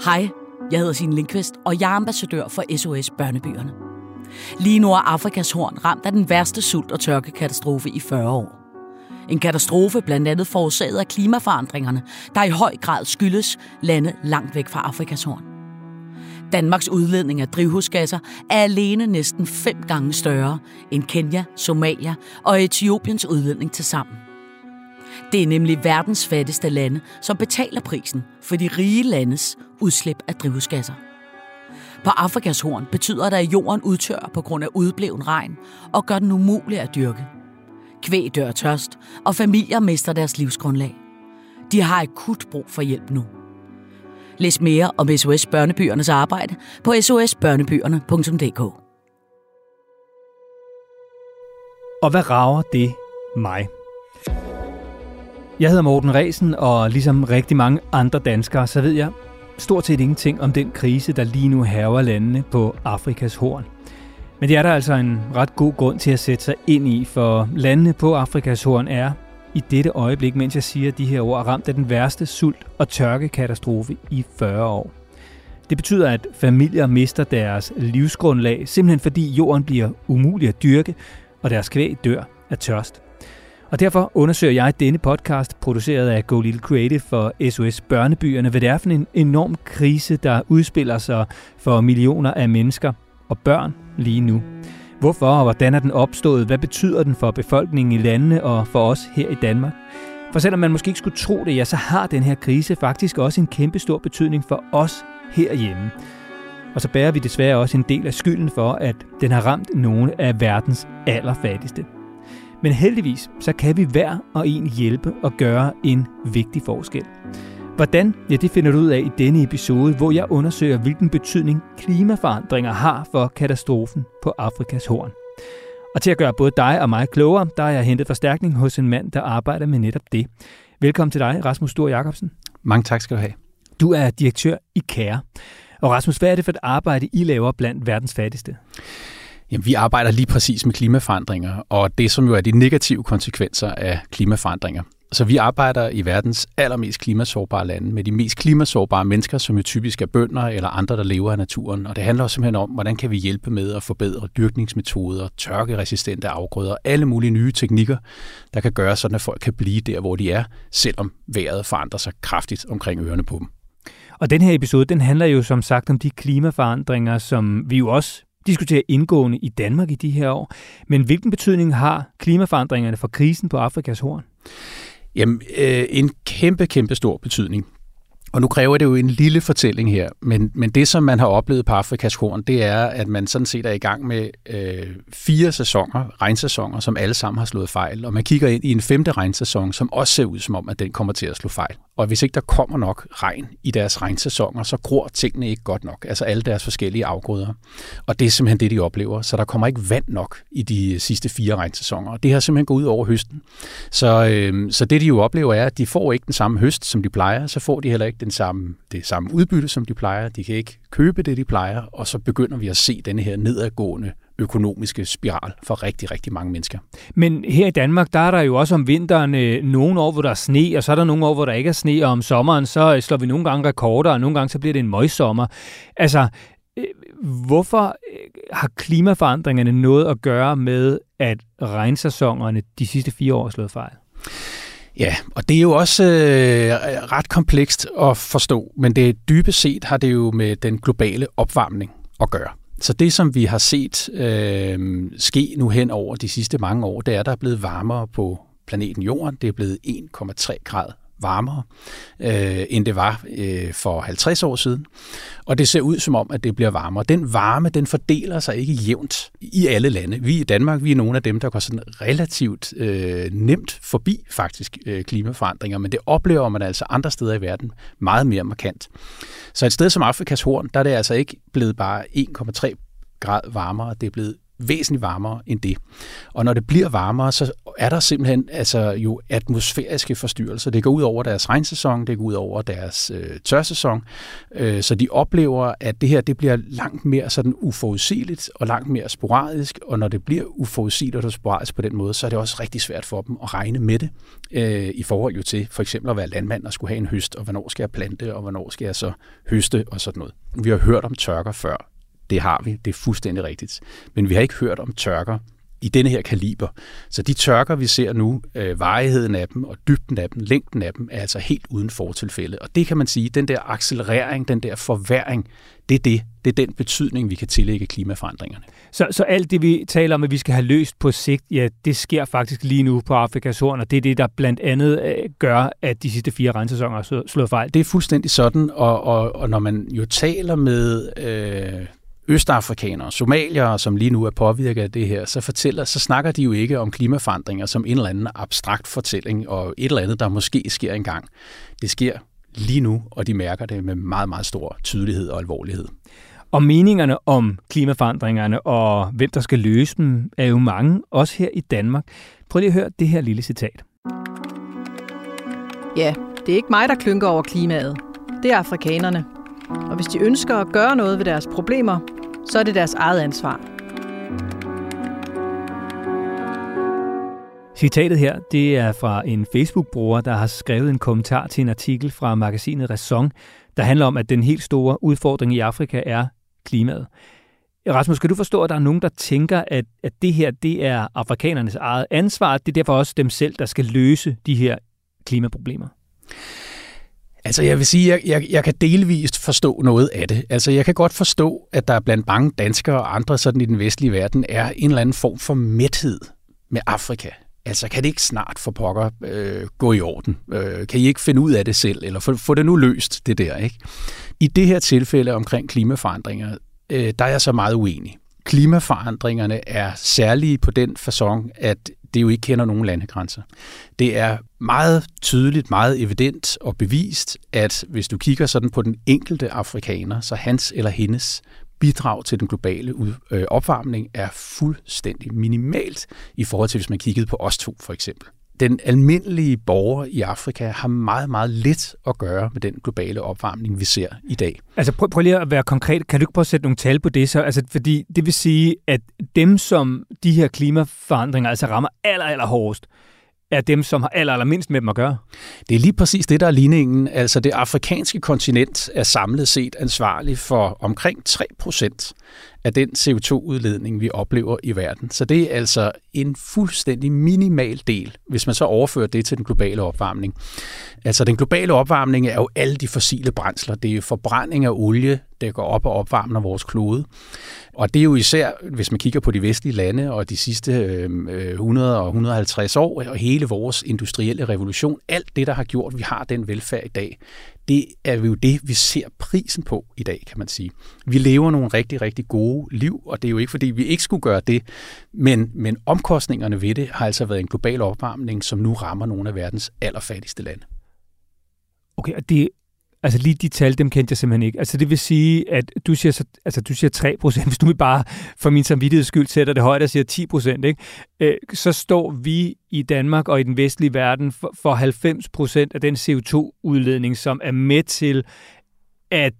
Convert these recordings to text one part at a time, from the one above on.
Hej, jeg hedder Signe Lindqvist, og jeg er ambassadør for SOS Børnebyerne. Lige nu er Afrikas Horn ramt af den værste sult- og tørkekatastrofe i 40 år. En katastrofe blandt andet forårsaget af klimaforandringerne, der i høj grad skyldes lande langt væk fra Afrikas Horn. Danmarks udledning af drivhusgasser er alene næsten 5 gange større end Kenya, Somalia og Etiopiens udledning tilsammen. Det er nemlig verdens fattigste lande, som betaler prisen for de rige landes udslip af drivhusgasser. På Afrikas Horn betyder det, at jorden udtørrer på grund af udbleven regn og gør den umulig at dyrke. Kvæg dør af tørst, og familier mister deres livsgrundlag. De har akut brug for hjælp nu. Læs mere om SOS Børnebyernes arbejde på sosbørnebyerne.dk. Og hvad rager det mig? Jeg hedder Morten Ræsen, og ligesom rigtig mange andre danskere, så ved jeg stort set ingenting om den krise, der lige nu hærger landene på Afrikas Horn. Men det er der altså en ret god grund til at sætte sig ind i, for landene på Afrikas Horn er i dette øjeblik, mens jeg siger de her ord, ramt af den værste sult- og tørkekatastrofe i 40 år. Det betyder, at familier mister deres livsgrundlag, simpelthen fordi jorden bliver umulig at dyrke, og deres kvæg dør af tørst. Og derfor undersøger jeg denne podcast, produceret af Go Little Creative for SOS Børnebyerne, hvad det er for en enorm krise, der udspiller sig for millioner af mennesker og børn lige nu. Hvorfor og hvordan er den opstået? Hvad betyder den for befolkningen i landene og for os her i Danmark? For selvom man måske ikke skulle tro det, ja, så har den her krise faktisk også en kæmpe stor betydning for os herhjemme. Og så bærer vi desværre også en del af skylden for, at den har ramt nogle af verdens allerfattigste. Men heldigvis, så kan vi hver og en hjælpe og gøre en vigtig forskel. Hvordan? Ja, det finder du ud af i denne episode, hvor jeg undersøger, hvilken betydning klimaforandringer har for katastrofen på Afrikas Horn. Og til at gøre både dig og mig klogere, der har jeg hentet forstærkning hos en mand, der arbejder med netop det. Velkommen til dig, Rasmus Stor Jacobsen. Mange tak skal du have. Du er direktør i CARE. Og Rasmus, hvad er det for et arbejde, I laver blandt verdens fattigste? Jamen, vi arbejder lige præcis med klimaforandringer, og det som jo er de negative konsekvenser af klimaforandringer. Så vi arbejder i verdens allermest klimasårbare lande med de mest klimasårbare mennesker, som jo typisk er bønder eller andre, der lever af naturen. Og det handler også simpelthen om, hvordan kan vi hjælpe med at forbedre dyrkningsmetoder, tørkeresistente afgrøder, alle mulige nye teknikker, der kan gøre sådan, at folk kan blive der, hvor de er, selvom vejret forandrer sig kraftigt omkring ørerne på dem. Og den her episode, den handler jo som sagt om de klimaforandringer, som vi jo også diskuterer indgående i Danmark i de her år. Men hvilken betydning har klimaforandringerne for krisen på Afrikas Horn? Jamen, en kæmpe stor betydning. Og nu kræver det jo en lille fortælling her, men det, som man har oplevet på Afrikas Horn, det er, at man sådan set er i gang med 4 sæsoner, regnsæsoner, som alle sammen har slået fejl. Og man kigger ind i en 5. regnsæson, som også ser ud som om, at den kommer til at slå fejl. Og hvis ikke der kommer nok regn i deres regnsæsoner, så gror tingene ikke godt nok. Altså alle deres forskellige afgrøder. Og det er simpelthen det, de oplever. Så der kommer ikke vand nok i de sidste 4 regnsæsoner. Og det har simpelthen gået ud over høsten. Så det, de jo oplever, er, at de får ikke den samme høst, som de plejer. Så får de heller ikke det samme udbytte, som de plejer. De kan ikke købe det, de plejer. Og så begynder vi at se denne her nedadgående økonomiske spiral for rigtig, rigtig mange mennesker. Men her i Danmark, der er der jo også om vinteren nogle år, hvor der er sne, og så er der nogle år, hvor der ikke er sne, og om sommeren, så slår vi nogle gange rekorder, og nogle gange så bliver det en møgsommer. Altså, hvorfor har klimaforandringerne noget at gøre med, at regnsæsonerne de sidste 4 år er slået fejl? Ja, og det er jo også ret komplekst at forstå, men det dybest set har det jo med den globale opvarmning at gøre. Så det, som vi har set ske nu hen over de sidste mange år, det er, at der er blevet varmere på planeten Jorden. Det er blevet 1,3 grader varmere, end det var for 50 år siden. Og det ser ud som om, at det bliver varmere. Den varme, den fordeler sig ikke jævnt i alle lande. Vi i Danmark, vi er nogle af dem, der går sådan relativt nemt forbi faktisk klimaforandringer, men det oplever man altså andre steder i verden meget mere markant. Så et sted som Afrikas Horn, der er det altså ikke blevet bare 1,3 grad varmere, det er blevet væsentligt varmere end det. Og når det bliver varmere, så er der simpelthen jo atmosfæriske forstyrrelser. Det går ud over deres regnsæson, det går ud over deres tørsæson, så de oplever, at det her det bliver langt mere sådan uforudsigeligt og langt mere sporadisk, og når det bliver uforudsigeligt og sporadisk på den måde, så er det også rigtig svært for dem at regne med det, i forhold jo til for eksempel at være landmand og skulle have en høst, og hvornår skal jeg plante, og hvornår skal jeg så høste og sådan noget. Vi har hørt om tørker før. Det har vi, det er fuldstændig rigtigt. Men vi har ikke hørt om tørker i denne her kaliber. Så de tørker, vi ser nu, varigheden af dem og dybden af dem, længden af dem, er altså helt uden fortilfælde. Og det kan man sige, den der accelerering, den der forværring, det er den betydning, vi kan tillægge klimaforandringerne. Så alt det, vi taler om, at vi skal have løst på sigt, ja, det sker faktisk lige nu på Afrikas Horn, og det er det, der blandt andet gør, at de sidste 4 regnsæsoner er slået fejl. Det er fuldstændig sådan, og når man jo taler med østafrikanere, somaliere, som lige nu er påvirket af det her, så snakker de jo ikke om klimaforandringer som en eller anden abstrakt fortælling, og et eller andet, der måske sker engang. Det sker lige nu, og de mærker det med meget, meget stor tydelighed og alvorlighed. Og meningerne om klimaforandringerne og hvem der skal løse dem, er jo mange, også her i Danmark. Prøv lige at høre det her lille citat. Ja, det er ikke mig, der klynker over klimaet. Det er afrikanerne. Og hvis de ønsker at gøre noget ved deres problemer, så er det deres eget ansvar. Citatet her, det er fra en Facebook-bruger, der har skrevet en kommentar til en artikel fra magasinet Ræson, der handler om, at den helt store udfordring i Afrika er klimaet. Rasmus, kan du forstå, at der er nogen, der tænker, at det her det er afrikanernes eget ansvar, det er derfor også dem selv, der skal løse de her klimaproblemer? Altså jeg vil sige, jeg kan delvist forstå noget af det. Altså jeg kan godt forstå, at der blandt mange danskere og andre sådan i den vestlige verden er en eller anden form for mæthed med Afrika. Altså kan det ikke snart for pokker gå i orden? Kan I ikke finde ud af det selv? Eller få det nu løst, det der, ikke? I det her tilfælde omkring klimaforandringer, der er jeg så meget uenig. Klimaforandringerne er særlige på den facon, at det jo ikke kender nogen landegrænser. Det er meget tydeligt, meget evident og bevist, at hvis du kigger sådan på den enkelte afrikaner, så hans eller hendes bidrag til den globale opvarmning er fuldstændig minimalt i forhold til, hvis man kiggede på os to for eksempel. Den almindelige borger i Afrika har meget, meget lidt at gøre med den globale opvarmning, vi ser i dag. Altså prøv lige at være konkret. Kan du ikke prøve at sætte nogle tal på det så? Altså, fordi det vil sige, at dem, som de her klimaforandringer altså rammer aller hårdest, er dem, som har allermindst med dem at gøre? Det er lige præcis det, der er ligningen. Altså det afrikanske kontinent er samlet set ansvarlig for omkring 3% af den CO2-udledning, vi oplever i verden. Så det er altså en fuldstændig minimal del, hvis man så overfører det til den globale opvarmning. Altså den globale opvarmning er jo alle de fossile brændsler. Det er jo forbrænding af olie, der går op og opvarmer vores klode. Og det er jo især, hvis man kigger på de vestlige lande og de sidste 100 og 150 år, og hele vores industrielle revolution, alt det, der har gjort, at vi har den velfærd i dag, det er jo det, vi ser prisen på i dag, kan man sige. Vi lever nogle rigtig, rigtig gode liv, og det er jo ikke, fordi vi ikke skulle gøre det, men omkostningerne ved det har altså været en global opvarmning, som nu rammer nogle af verdens allerfattigste lande. Okay, og det altså lige de tal, dem kendte jeg simpelthen ikke. Altså det vil sige, at du siger 3%, hvis du vil bare for min samvittigheds skyld sætter det højt og siger 10%, ikke? Så står vi i Danmark og i den vestlige verden for 90% af den CO2-udledning, som er med til, at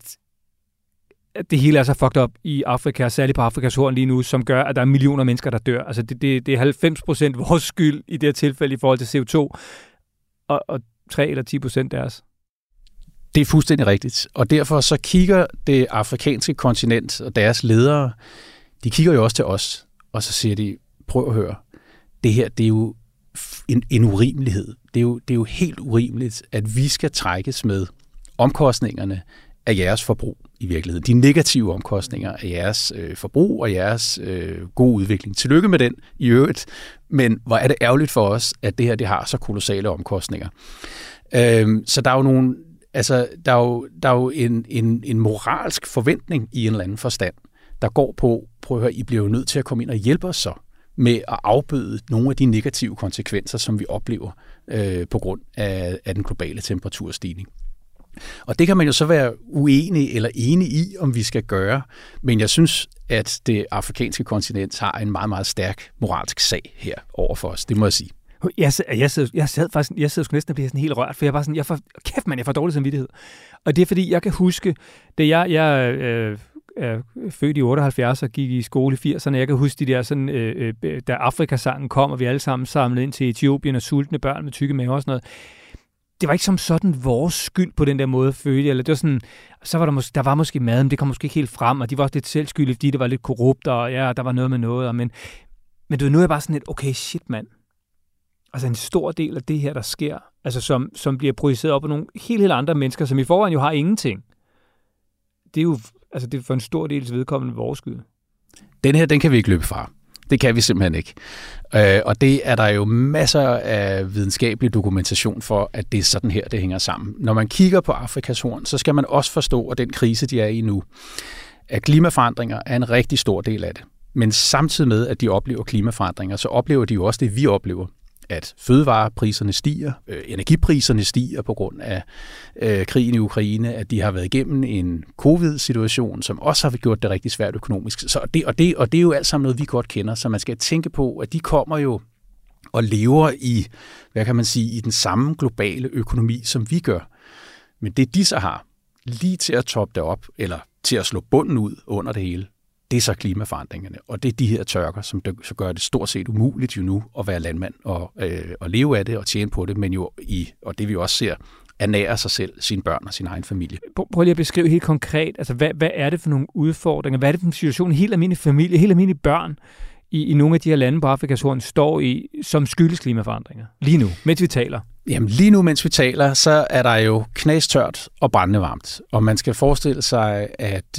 det hele er så fucked up i Afrika, særligt på Afrikas Horn lige nu, som gør, at der er millioner af mennesker, der dør. Altså det er 90% vores skyld i det her tilfælde i forhold til CO2, og 3 eller 10% deres. Det er fuldstændig rigtigt, og derfor så kigger det afrikanske kontinent og deres ledere, de kigger jo også til os, og så siger de, prøv at høre, det her, det er jo en urimelighed. Det er jo helt urimeligt, at vi skal trækkes med omkostningerne af jeres forbrug i virkeligheden. De negative omkostninger af jeres forbrug og jeres gode udvikling. Tillykke med den i øvrigt, men hvor er det ærgerligt for os, at det her det har så kolossale omkostninger. Så der er jo nogle altså, der er jo en moralsk forventning i en eller anden forstand, der går på, prøv at høre, I bliver jo nødt til at komme ind og hjælpe os så med at afbøde nogle af de negative konsekvenser, som vi oplever på grund af den globale temperaturstigning. Og det kan man jo så være uenig eller enig i, om vi skal gøre. Men jeg synes, at det afrikanske kontinent har en meget, meget stærk moralsk sag her over for os. Det må jeg sige. Jeg sad sgu næsten og blev sådan helt rørt, for jeg var sådan, jeg får dårlig samvittighed. Og det er fordi, jeg kan huske, da jeg er født i 78 og gik i skole i 80'erne, jeg kan huske de der sådan, da Afrikasangen kom, og vi alle sammen samlede ind til Etiopien og sultne børn med tykke maver og sådan noget. Det var ikke som sådan vores skyld på den der måde, følte jeg. Eller det var sådan, så var der var måske mad, men det kom måske ikke helt frem, og de var også lidt selvskyldige, fordi det var lidt korrupt, og ja, der var noget med noget. Men du ved, nu er jeg bare sådan lidt, okay, shit mand. Altså en stor del af det her, der sker, altså som bliver projiceret op af nogle helt andre mennesker, som i forvejen jo har ingenting. Det er jo, altså det er for en stor del vedkommende vores skyld. Den kan vi ikke løbe fra. Det kan vi simpelthen ikke. Og det er der jo masser af videnskabelig dokumentation for, at det er sådan her, det hænger sammen. Når man kigger på Afrikas Horn, så skal man også forstå, at den krise, de er i nu, at klimaforandringer er en rigtig stor del af det. Men samtidig med, at de oplever klimaforandringer, så oplever de jo også det, vi oplever. At fødevarepriserne stiger, energipriserne stiger på grund af krigen i Ukraine, at de har været igennem en covid-situation, som også har gjort det rigtig svært økonomisk. Så det er jo alt sammen noget, vi godt kender, så man skal tænke på, at de kommer jo og lever i, hvad kan man sige, i den samme globale økonomi, som vi gør. Men det de så har, lige til at toppe det op, eller til at slå bunden ud under det hele, det er så klimaforandringerne, og det er de her tørker, som så gør det stort set umuligt jo nu at være landmand og leve af det og tjene på det, men jo og det vi også ser, ernære sig selv, sine børn og sin egen familie. Prøv lige at beskrive helt konkret, altså hvad er det for nogle udfordringer, hvad er det for en situation, helt almindelige familie, helt almindelige børn i nogle af de her lande på Afrikas Horn står i, som skyldes klimaforandringer, lige nu, mens vi taler? Jamen lige nu, mens vi taler, så er der jo knastørt og brændende varmt, og man skal forestille sig, at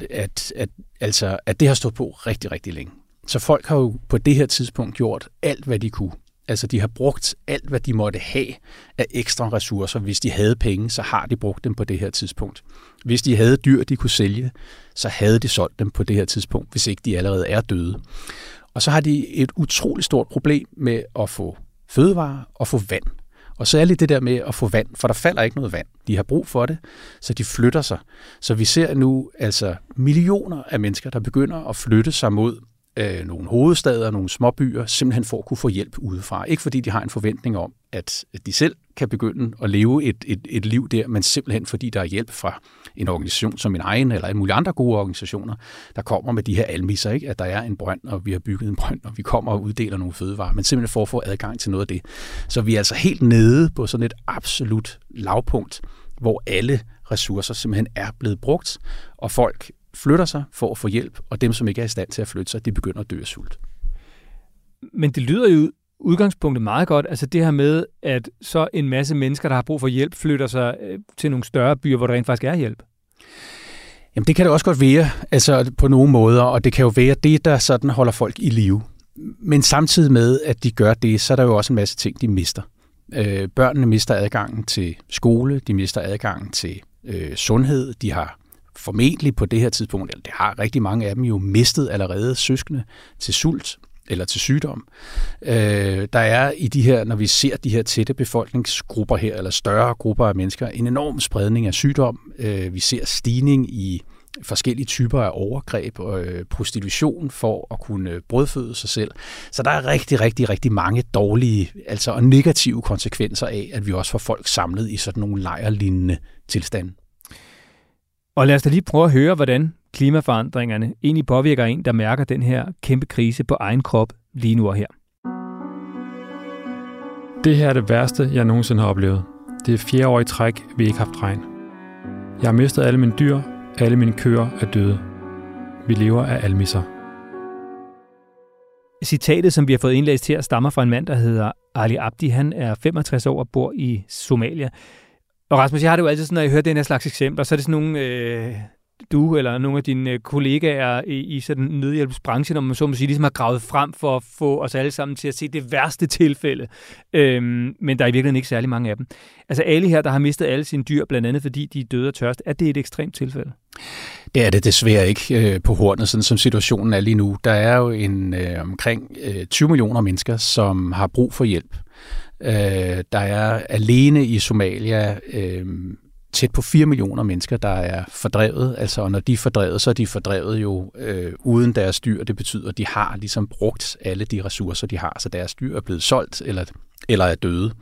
det har stået på rigtig, rigtig længe. Så folk har jo på det her tidspunkt gjort alt, hvad de kunne. Altså de har brugt alt, hvad de måtte have af ekstra ressourcer. Hvis de havde penge, så har de brugt dem på det her tidspunkt. Hvis de havde dyr, de kunne sælge, så havde de solgt dem på det her tidspunkt, hvis ikke de allerede er døde. Og så har de et utroligt stort problem med at få fødevarer og få vand. Og så er det der med at få vand, for der falder ikke noget vand. De har brug for det, så de flytter sig. Så vi ser nu altså millioner af mennesker, der begynder at flytte sig mod nogle hovedstader, nogle småbyer, simpelthen for at kunne få hjælp udefra. Ikke fordi de har en forventning om, at de selv kan begynde at leve et liv der, men simpelthen fordi der er hjælp fra en organisation som min egen, eller en mulige andre gode organisationer, der kommer med de her almisser, ikke? At der er en brønd, og vi har bygget en brønd, og vi kommer og uddeler nogle fødevarer, men simpelthen for at få adgang til noget af det. Så vi er altså helt nede på sådan et absolut lavpunkt, hvor alle ressourcer simpelthen er blevet brugt, og folk flytter sig for at få hjælp, og dem, som ikke er i stand til at flytte sig, de begynder at dø af sult. Men det lyder jo udgangspunktet meget godt, altså det her med, at så en masse mennesker, der har brug for hjælp, flytter sig til nogle større byer, hvor der rent faktisk er hjælp. Jamen det kan det også godt være, altså på nogle måder, og det kan jo være det, der sådan holder folk i live. Men samtidig med, at de gør det, så er der jo også en masse ting, de mister. Børnene mister adgangen til skole, de mister adgangen til sundhed, de har formentlig på det her tidspunkt, eller det har rigtig mange af dem jo mistet allerede søskende til sult eller til sygdom. Der er i de her, når vi ser de her tætte befolkningsgrupper her, eller større grupper af mennesker, en enorm spredning af sygdom. Vi ser stigning i forskellige typer af overgreb og prostitution for at kunne brødføde sig selv. Så der er rigtig, rigtig, rigtig mange dårlige altså og negative konsekvenser af, at vi også får folk samlet i sådan nogle lejrlignende tilstande. Og lad os da lige prøve at høre, hvordan klimaforandringerne egentlig påvirker en, der mærker den her kæmpe krise på egen krop lige nu og her. Det her er det værste, jeg nogensinde har oplevet. Det er 4. år i træk, vi ikke har haft regn. Jeg har mistet alle mine dyr, alle mine køer er døde. Vi lever af almisser. Citatet, som vi har fået indlæst her, stammer fra en mand, der hedder Ali Abdi. Han er 65 år og bor i Somalia. Og Rasmus, jeg har det jo altid sådan, når jeg hører den her slags eksempler, så er det sådan nogle, du eller nogle af dine kollegaer i sådan en nødhjælpsbranche, når man så må sige, ligesom har gravet frem for at få os alle sammen til at se det værste tilfælde. Men der er i virkeligheden ikke særlig mange af dem. Altså Ali her, der har mistet alle sine dyr, blandt andet fordi de er døde af tørst. Er det et ekstremt tilfælde? Det er det desværre ikke på Hornet, sådan som situationen er lige nu. Der er jo omkring 20 millioner mennesker, som har brug for hjælp. Der er alene i Somalia tæt på 4 millioner mennesker, der er fordrevet. Altså, og når de er fordrevet, så er de fordrevet jo uden deres dyr. Det betyder, at de har ligesom brugt alle de ressourcer, de har, så deres dyr er blevet solgt eller er døde.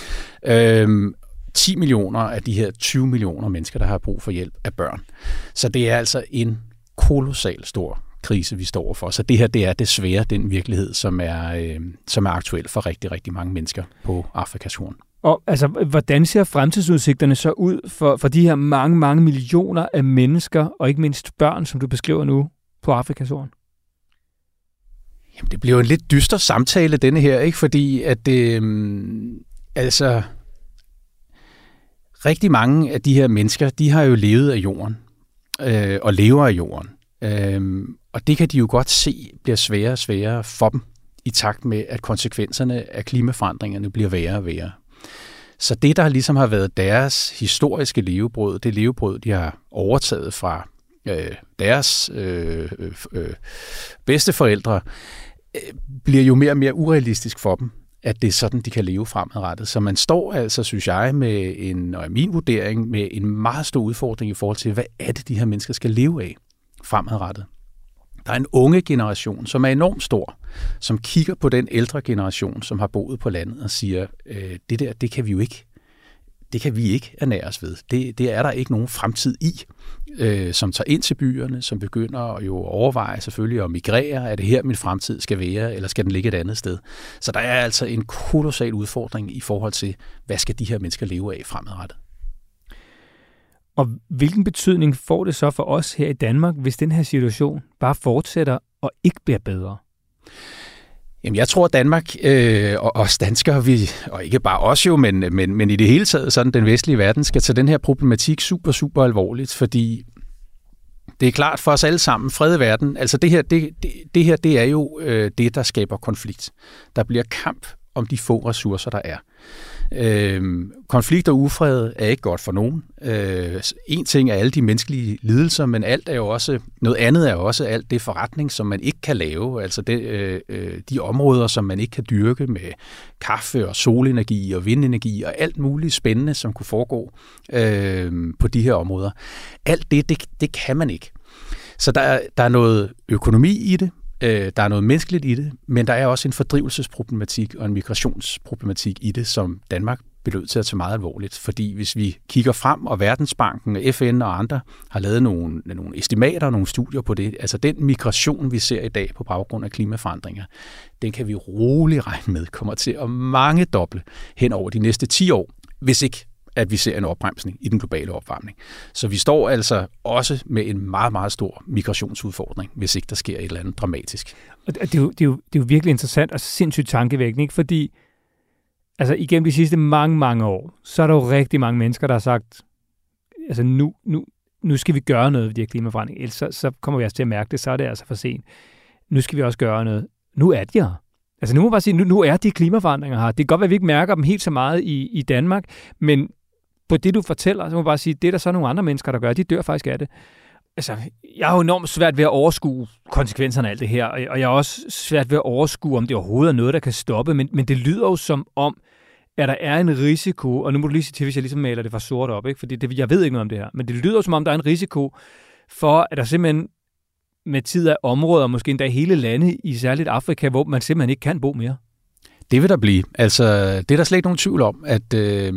10 millioner af de her 20 millioner mennesker, der har brug for hjælp, er børn. Så det er altså en kolossal stor krise, vi står overfor. Så det her, det er desværre den virkelighed, som er aktuel for rigtig, rigtig mange mennesker på Afrikas Horn. Og altså, hvordan ser fremtidsudsigterne så ud for de her mange, mange millioner af mennesker, og ikke mindst børn, som du beskriver nu på Afrikas Horn? Jamen, det bliver jo en lidt dyster samtale, denne her, ikke? Fordi at rigtig mange af de her mennesker, de har jo levet af jorden, og lever af jorden. Og det kan de jo godt se bliver sværere og sværere for dem, i takt med, at konsekvenserne af klimaforandringerne bliver værre og værre. Så det, der ligesom har været deres historiske levebrød, det levebrød, de har overtaget fra deres bedsteforældre, bliver jo mere og mere urealistisk for dem, at det er sådan, de kan leve fremadrettet. Så man står altså, synes jeg, med min vurdering, med en meget stor udfordring i forhold til, hvad er det, de her mennesker skal leve af fremadrettet. Der er en unge generation, som er enormt stor, som kigger på den ældre generation, som har boet på landet og siger, det kan vi ikke ernære os ved. Det er der ikke nogen fremtid i, som tager ind til byerne, som begynder at jo overveje selvfølgelig at migrere. Er det her, min fremtid skal være, eller skal den ligge et andet sted? Så der er altså en kolossal udfordring i forhold til, hvad skal de her mennesker leve af fremadrettet? Og hvilken betydning får det så for os her i Danmark, hvis den her situation bare fortsætter og ikke bliver bedre? Jamen, jeg tror, at Danmark og os danskere, og ikke bare os jo, men i det hele taget, sådan den vestlige verden, skal tage den her problematik super, super alvorligt, fordi det er klart for os alle sammen, fred i verden, altså det her, det er jo det, der skaber konflikt. Der bliver kamp om de få ressourcer, der er. Konflikt og ufred er ikke godt for nogen. En ting er alle de menneskelige lidelser, men alt er jo også, noget andet er også alt det forretning, som man ikke kan lave, altså de områder, som man ikke kan dyrke med kaffe og solenergi og vindenergi og alt muligt spændende, som kunne foregå på de her områder. Alt det kan man ikke. Så der er noget økonomi i det, der er noget menneskeligt i det, men der er også en fordrivelsesproblematik og en migrationsproblematik i det, som Danmark bliver nødt til at tage meget alvorligt. Fordi hvis vi kigger frem, og Verdensbanken, FN og andre har lavet nogle estimater og nogle studier på det, altså den migration, vi ser i dag på baggrund af klimaforandringer, den kan vi roligt regne med kommer til at mangedoble hen over de næste 10 år, hvis ikke at vi ser en opbremsning i den globale opvarmning. Så vi står altså også med en meget, meget stor migrationsudfordring, hvis ikke der sker et eller andet dramatisk. Og det er jo virkelig interessant og sindssygt tankevækkende, ikke? Fordi altså, igennem de sidste mange, mange år, så er der jo rigtig mange mennesker, der har sagt, altså nu skal vi gøre noget ved de her klimaforandringer, ellers så kommer vi altså til at mærke det, så er det altså for sent. Nu skal vi også gøre noget. Nu er de her. Altså nu må man bare sige, nu er de klimaforandringer her. Det kan godt være, at vi ikke mærker dem helt så meget i Danmark, men på det, du fortæller, så må man bare sige, det er der så nogle andre mennesker, der gør. De dør faktisk af det. Altså, jeg har jo enormt svært ved at overskue konsekvenserne af alt det her, og jeg har også svært ved at overskue, om det overhovedet er noget, der kan stoppe, men det lyder jo som om, at der er en risiko, og nu må du lige sige til, hvis jeg ligesom maler det for sort op, ikke? Fordi jeg ved ikke noget om det her, men det lyder jo som om, der er en risiko for, at der simpelthen med tid af områder, måske endda hele lande, i særligt Afrika, hvor man simpelthen ikke kan bo mere. Det vil der blive. Altså, det er der slet ikke nogen tvivl om, at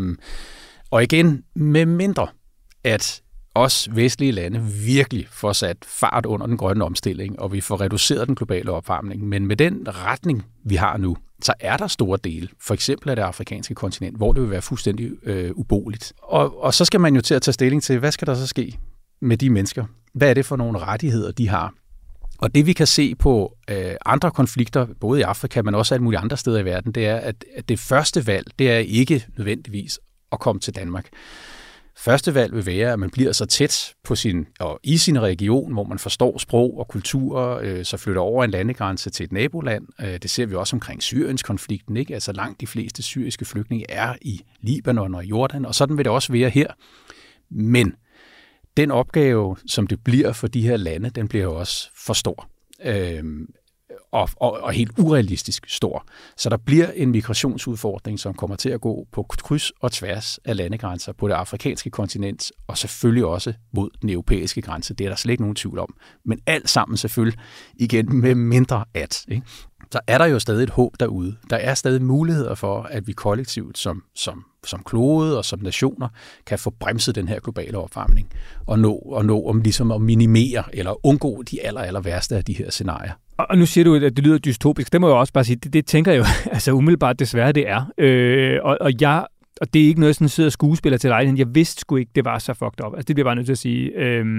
og igen, med mindre, at os vestlige lande virkelig får sat fart under den grønne omstilling, og vi får reduceret den globale opvarmning. Men med den retning, vi har nu, så er der store dele, for eksempel af det afrikanske kontinent, hvor det vil være fuldstændig uboeligt. Og så skal man jo til at tage stilling til, hvad skal der så ske med de mennesker? Hvad er det for nogle rettigheder, de har? Og det vi kan se på andre konflikter, både i Afrika, men også alle mulige andre steder i verden, det er, at det første valg, det er ikke nødvendigvis at komme til Danmark. Første valg vil være, at man bliver så tæt på i sin region, hvor man forstår sprog og kultur, så flytter over en landegrænse til et naboland. Det ser vi også omkring Syriens konflikten, ikke? Altså langt de fleste syriske flygtninge er i Libanon og Jordan, og sådan vil det også være her. Men den opgave, som det bliver for de her lande, den bliver jo også for stor. og helt urealistisk stor. Så der bliver en migrationsudfordring, som kommer til at gå på kryds og tværs af landegrænser på det afrikanske kontinent, og selvfølgelig også mod den europæiske grænse. Det er der slet ikke nogen tvivl om. Men alt sammen selvfølgelig igen med mindre at. Ikke? Så er der jo stadig et håb derude. Der er stadig muligheder for, at vi kollektivt som klode og som nationer kan få bremset den her globale opvarmning og nå om ligesom at minimere eller undgå de aller værste af de her scenarier. Og nu siger du, at det lyder dystopisk. Det må jeg også bare sige, det tænker jeg jo altså umiddelbart desværre det er. Og det er ikke noget, sådan sidder skuespiller til lejligheden. Jeg vidste sgu ikke, det var så fucked up. Altså det bliver bare nødt til at sige.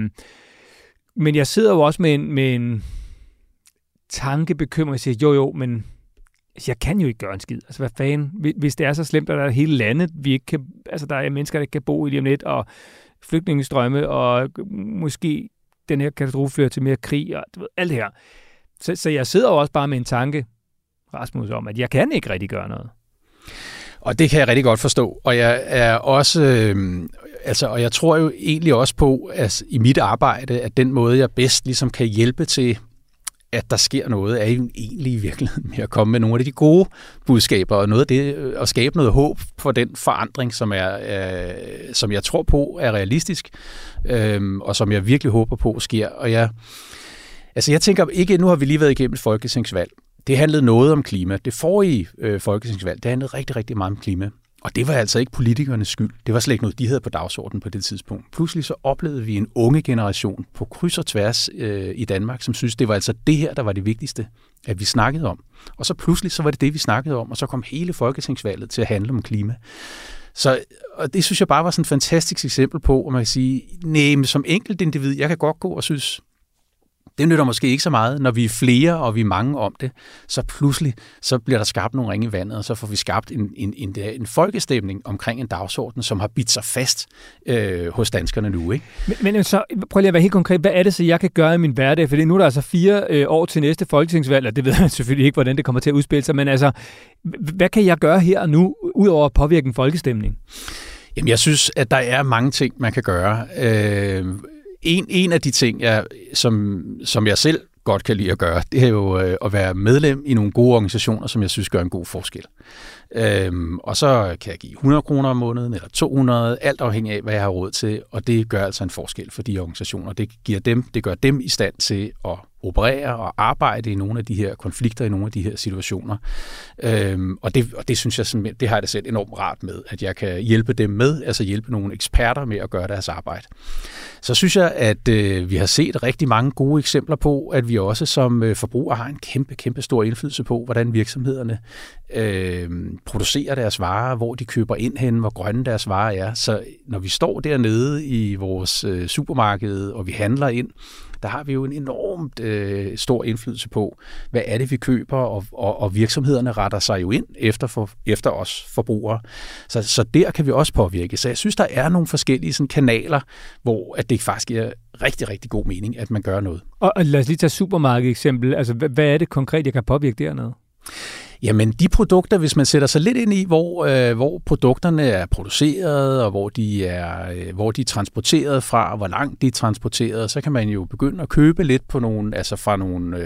Men jeg sidder jo også med en tankebekymring og siger, jo, men jeg kan jo ikke gøre en skid. Altså hvad fanden, hvis det er så slemt, at der er hele landet, vi ikke kan, altså der er mennesker, der ikke kan bo i lige om lidt, og flygtningestrømme, og måske den her katastrofe fører til mere krig, og alt det her. Så jeg sidder jo også bare med en tanke, Rasmus, om, at jeg kan ikke rigtig gøre noget. Og det kan jeg rigtig godt forstå. Og jeg er også, og jeg tror jo egentlig også på, at i mit arbejde, at den måde, jeg bedst ligesom kan hjælpe til, at der sker noget, er jo egentlig i virkeligheden med at komme med nogle af de gode budskaber, og noget af det, at skabe noget håb for den forandring, som jeg tror på er realistisk, og som jeg virkelig håber på sker. Og jeg tænker ikke, nu har vi lige været igennem et folketingsvalg. Det handlede noget om klima. Det forrige folketingsvalg, det handlede rigtig, rigtig meget om klima. Og det var altså ikke politikernes skyld. Det var slet ikke noget, de havde på dagsordenen på det tidspunkt. Pludselig så oplevede vi en unge generation på kryds og tværs i Danmark, som synes, det var altså det her, der var det vigtigste, at vi snakkede om. Og så pludselig så var det, vi snakkede om, og så kom hele folketingsvalget til at handle om klima. Og det synes jeg bare var sådan et fantastisk eksempel på, at man kan sige, men som enkelt individ, jeg kan godt gå og synes, det nytter måske ikke så meget, når vi er flere, og vi er mange om det, så pludselig så bliver der skabt nogle ringe i vandet, og så får vi skabt en folkestemning omkring en dagsorden, som har bidt sig fast hos danskerne nu. Ikke? Men så prøv lige at være helt konkret. Hvad er det så, jeg kan gøre i min hverdag? For nu er der altså 4 år til næste folketingsvalg, og det ved jeg selvfølgelig ikke, hvordan det kommer til at udspille sig, men altså, hvad kan jeg gøre her og nu, ud over at påvirke en folkestemning? Jamen, jeg synes, at der er mange ting, man kan gøre. En af de ting, som jeg selv godt kan lide at gøre, det er jo at være medlem i nogle gode organisationer, som jeg synes gør en god forskel. Og så kan jeg give 100 kroner om måneden, eller 200, alt afhængig af, hvad jeg har råd til, og det gør altså en forskel for de organisationer. Det gør dem i stand til at operere og arbejde i nogle af de her konflikter, i nogle af de her situationer. Og det synes jeg simpelthen, det har jeg da selv enormt rart med, at jeg kan hjælpe dem med, altså hjælpe nogle eksperter med at gøre deres arbejde. Så synes jeg, at vi har set rigtig mange gode eksempler på, at vi også som forbrugere har en kæmpe stor indflydelse på, hvordan virksomhederne producerer deres varer, hvor de køber ind hen, hvor grønne deres varer er. Så når vi står dernede i vores supermarked, og vi handler ind, der har vi jo en enormt stor indflydelse på, hvad er det, vi køber, og virksomhederne retter sig jo ind efter os forbrugere. Så der kan vi også påvirke. Så jeg synes, der er nogle forskellige sådan, kanaler, hvor at det faktisk giver rigtig, rigtig god mening, at man gør noget. Og lad os lige tage supermarked-eksempel. Altså, hvad er det konkret, jeg kan påvirke dernede? Jamen, de produkter, hvis man sætter sig lidt ind i, hvor produkterne er produceret, og hvor de er transporteret fra, og hvor langt de er transporteret, så kan man jo begynde at købe lidt på fra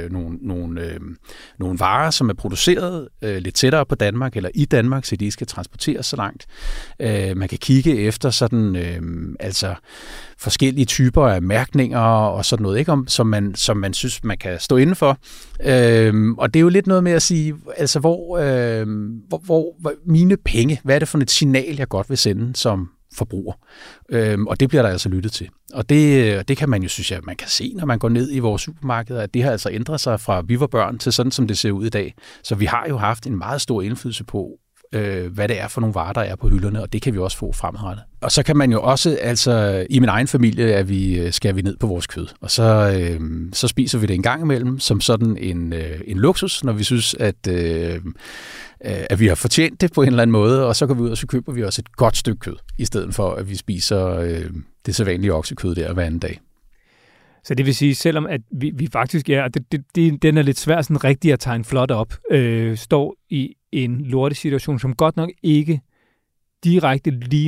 nogle varer, som er produceret lidt tættere på Danmark, eller i Danmark, så de ikke skal transporteres så langt. Man kan kigge efter sådan, forskellige typer af mærkninger og sådan noget, ikke? Som man synes, man kan stå inden for. Og det er jo lidt noget med at sige, altså hvor mine penge, hvad er det for et signal, jeg godt vil sende som forbruger? Og det bliver der altså lyttet til. Og det kan man jo, synes jeg, man kan se, når man går ned i vores supermarkeder, at det har altså ændret sig fra vi var børn til sådan, som det ser ud i dag. Så vi har jo haft en meget stor indflydelse på, hvad det er for nogle varer, der er på hylderne, og det kan vi også få fremadrettet. Og så kan man jo også, altså i min egen familie, skal vi ned på vores kød, og så spiser vi det en gang imellem, som sådan en luksus, når vi synes, at vi har fortjent det på en eller anden måde, og så går vi ud, og så køber vi også et godt stykke kød, i stedet for, at vi spiser det sædvanlige oksekød der hver anden dag. Så det vil sige, selvom at vi faktisk den er lidt svært sådan rigtig at tegne flot op, står i en lortesituation, som godt nok ikke direkte lige nu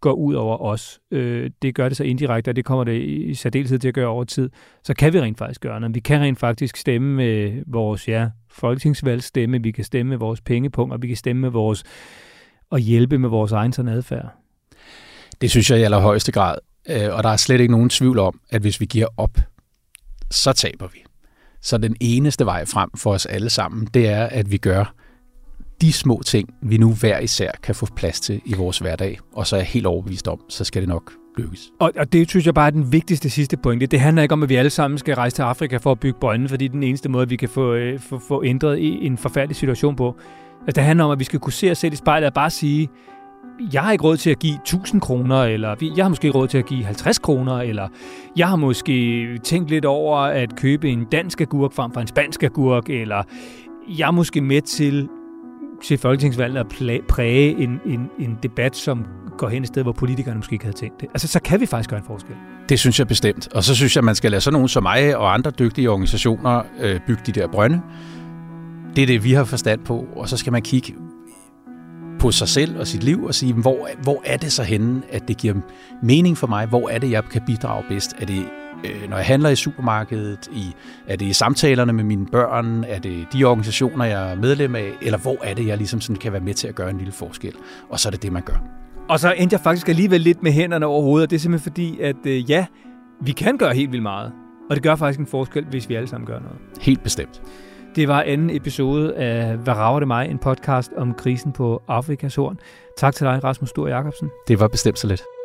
går ud over os. Det gør det så indirekte, og det kommer det i særdeleshed til at gøre over tid. Så kan vi rent faktisk gøre noget. Vi kan rent faktisk stemme med vores folketingsvalgsstemme, vi kan stemme med vores pengepunkt, og vi kan stemme med vores og hjælpe med vores egen sådan adfærd. Det synes jeg i allerhøjeste grad. Og der er slet ikke nogen tvivl om, at hvis vi giver op, så taber vi. Så den eneste vej frem for os alle sammen, det er, at vi gør de små ting, vi nu hver især kan få plads til i vores hverdag. Og så er jeg helt overbevist om, så skal det nok lykkes. Og det synes jeg bare er den vigtigste sidste pointe. Det handler ikke om, at vi alle sammen skal rejse til Afrika for at bygge brønde, fordi det er den eneste måde, vi kan få ændret i en forfærdelig situation på. Altså, det handler om, at vi skal kunne se os selv i spejlet og bare sige, jeg har ikke råd til at give 1.000 kroner, eller jeg har måske råd til at give 50 kroner, eller jeg har måske tænkt lidt over at købe en dansk agurk frem for en spansk agurk, eller jeg er måske med til folketingsvalget at præge en debat, som går hen et sted, hvor politikerne måske ikke havde tænkt det. Altså, så kan vi faktisk gøre en forskel. Det synes jeg bestemt. Og så synes jeg, man skal lade sådan nogen som mig og andre dygtige organisationer bygge de der brønde. Det er det, vi har forstand på, og så skal man kigge på sig selv og sit liv og sige, hvor er det så henne, at det giver mening for mig? Hvor er det, jeg kan bidrage bedst? Er det, når jeg handler i supermarkedet? Er det i samtalerne med mine børn? Er det de organisationer, jeg er medlem af? Eller hvor er det, jeg ligesom sådan kan være med til at gøre en lille forskel? Og så er det det, man gør. Og så endte jeg faktisk alligevel lidt med hænderne over hovedet, og det er simpelthen fordi, at vi kan gøre helt vildt meget. Og det gør faktisk en forskel, hvis vi alle sammen gør noget. Helt bestemt. Det var anden episode af Hvad rager det mig? En podcast om krisen på Afrikas Horn. Tak til dig, Rasmus Stur Jacobsen. Det var bestemt så let.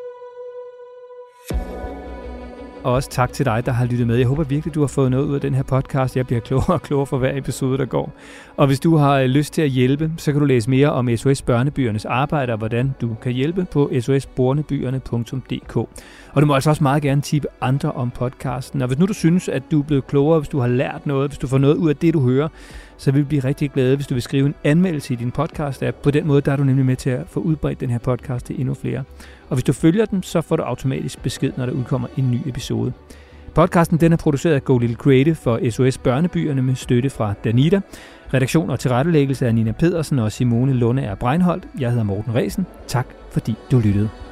Og også tak til dig, der har lyttet med. Jeg håber virkelig, du har fået noget ud af den her podcast. Jeg bliver klogere og klogere for hver episode, der går. Og hvis du har lyst til at hjælpe, så kan du læse mere om SOS Børnebyernes arbejde og hvordan du kan hjælpe på sosbornebyerne.dk. Og du må altså også meget gerne tippe andre om podcasten. Og hvis nu du synes, at du er blevet klogere, hvis du har lært noget, hvis du får noget ud af det, du hører, så vil vi blive rigtig glade, hvis du vil skrive en anmeldelse i din podcast-app. På den måde der er du nemlig med til at få udbredt den her podcast til endnu flere. Og hvis du følger den, så får du automatisk besked, når der udkommer en ny episode. Podcasten den er produceret af Go Little Creative for SOS Børnebyerne med støtte fra Danita. Redaktion og tilrettelæggelse af Nina Pedersen og Simone Lunde er Breinholt. Jeg hedder Morten Ræsen. Tak fordi du lyttede.